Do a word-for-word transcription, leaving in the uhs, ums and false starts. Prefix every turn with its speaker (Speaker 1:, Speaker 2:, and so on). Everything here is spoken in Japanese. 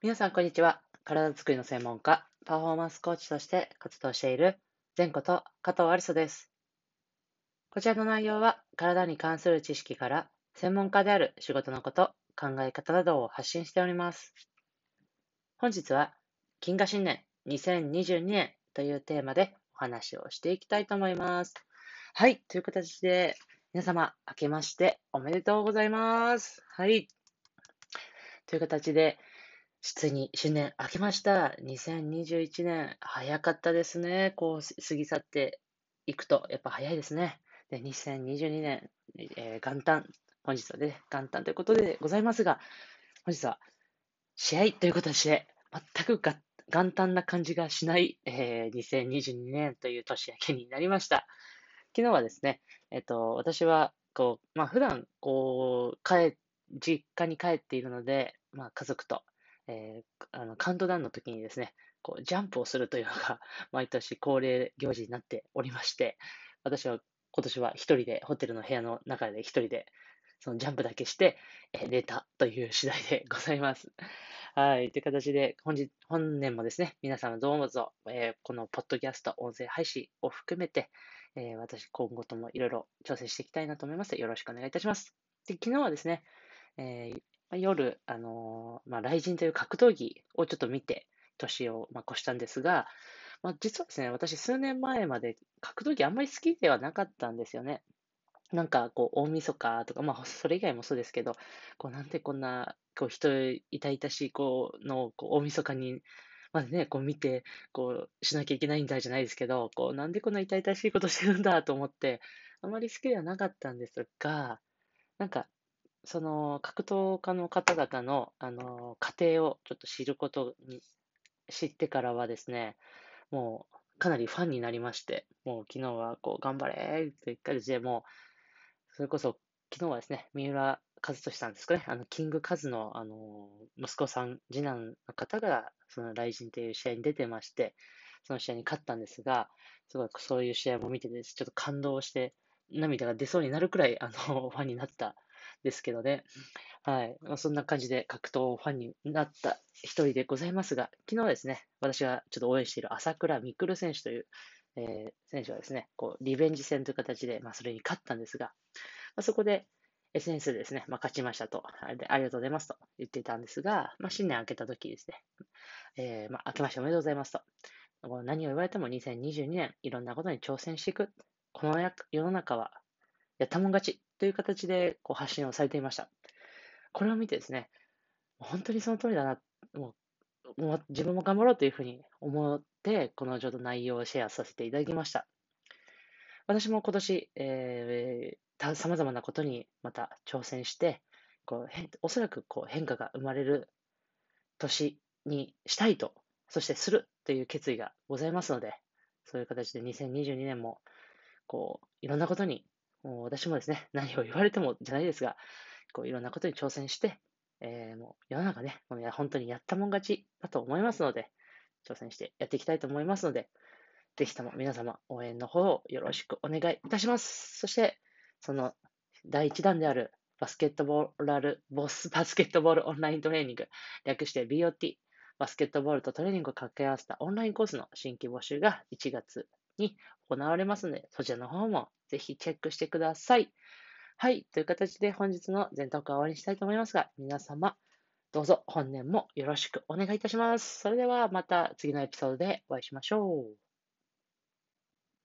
Speaker 1: 皆さん、こんにちは。体づくりの専門家、パフォーマンスコーチとして活動している、前こと加藤ありさです。こちらの内容は、体に関する知識から、専門家である仕事のこと、考え方などを発信しております。本日は、金河新年にせんにじゅうにねんというテーマでお話をしていきたいと思います。はい、という形で、皆様、明けましておめでとうございます。はい、という形で、ついに新年明けました。にせんにじゅういちねん、早かったですね。こう、す過ぎ去っていくと、やっぱ早いですね。で、にせんにじゅうにねん、えー元旦、本日はね、元旦ということでございますが、本日は試合という形で、全くが元旦な感じがしない、えーにせんにじゅうにねんという年明けになりました。昨日はですね、えっと、私は、こう、まあ、普段、こう、帰、実家に帰っているので、まあ、家族と、えーあの、カウントダウンの時にですね、こう、ジャンプをするというのが、毎年恒例行事になっておりまして、私は今年は一人で、ホテルの部屋の中で一人で、そのジャンプだけして、えー寝たという次第でございます。はい。という形で、本日、本年もですね、皆様どうぞ、えーこのポッドキャスト、音声配信を含めて、えー私、今後ともいろいろ挑戦していきたいなと思いますので、よろしくお願いいたします。で、昨日はですね、えーまあ夜、あのーまあ、雷神という格闘技をちょっと見て、年を、まあ、越したんですが、まあ、実はですね、私、数年前まで格闘技あんまり好きではなかったんですよね。なんか、こう、大晦日とか、まあ、それ以外もそうですけど、こう、なんでこんな、こう、人痛々しい、こう、の、こう、大晦日に、まずね、こう見て、こう、しなきゃいけないんだじゃないですけど、こう、なんでこんな痛々しいことしてるんだと思って、あまり好きではなかったんですが、なんか、その、格闘家の方々の、あの、過程をちょっと知ることに、知ってからはですね、もう、かなりファンになりまして、もう昨日は、こう、頑張れーって言ったりして、もう、それこそ、昨日はですね、三浦和俊さんですかね、あの、キングカズの、あの、息子さん、次男の方が、その、雷神という試合に出てまして、その試合に勝ったんですが、すごいそういう試合も見てです、ちょっと感動して、涙が出そうになるくらい、あの、ファンになったんですけどね。はい。まあ、そんな感じで格闘ファンになった一人でございますが、昨日ですね、私がちょっと応援している朝倉未来選手という、えー選手はですね、こう、リベンジ戦という形で、まあ、それに勝ったんですが、まあ、そこで エスエヌエス でですね、まあ、勝ちましたと、あれでありがとうございますと言っていたんですが、まあ、新年明けた時ですね、えーまあ、明けましておめでとうございますと。もう何を言われてもにせんにじゅうにねん、いろんなことに挑戦していく。このや世の中はやったもん勝ちという形でこう発信をされていました。これを見てですね、本当にその通りだな、もう、もう自分も頑張ろうというふうに思って、このちょっと内容をシェアさせていただきました。私も今年、えー、た様々なことにまた挑戦して、こう変おそらくこう変化が生まれる年にしたいと、そしてするという決意がございますので、そういう形でにせんにじゅうにねんも、こう、いろんなことに、もう私もですね、何を言われてもじゃないですが、こう、いろんなことに挑戦して、えー、もう世の中ね、もうね本当にやったもん勝ちだと思いますので、挑戦してやっていきたいと思いますので、ぜひとも皆様応援の方をよろしくお願いいたします。そして、その第一弾であるバスケットボール、ボスバスケットボールオンライントレーニング、略して ビーオーティー、バスケットボールとトレーニングを掛け合わせたオンラインコースの新規募集がいちがつに行われますので、そちらの方もぜひチェックしてください。はい。という形で本日の全トークは終わりにしたいと思いますが、皆様、どうぞ本年もよろしくお願いいたします。それではまた次のエピソードでお会いしましょう。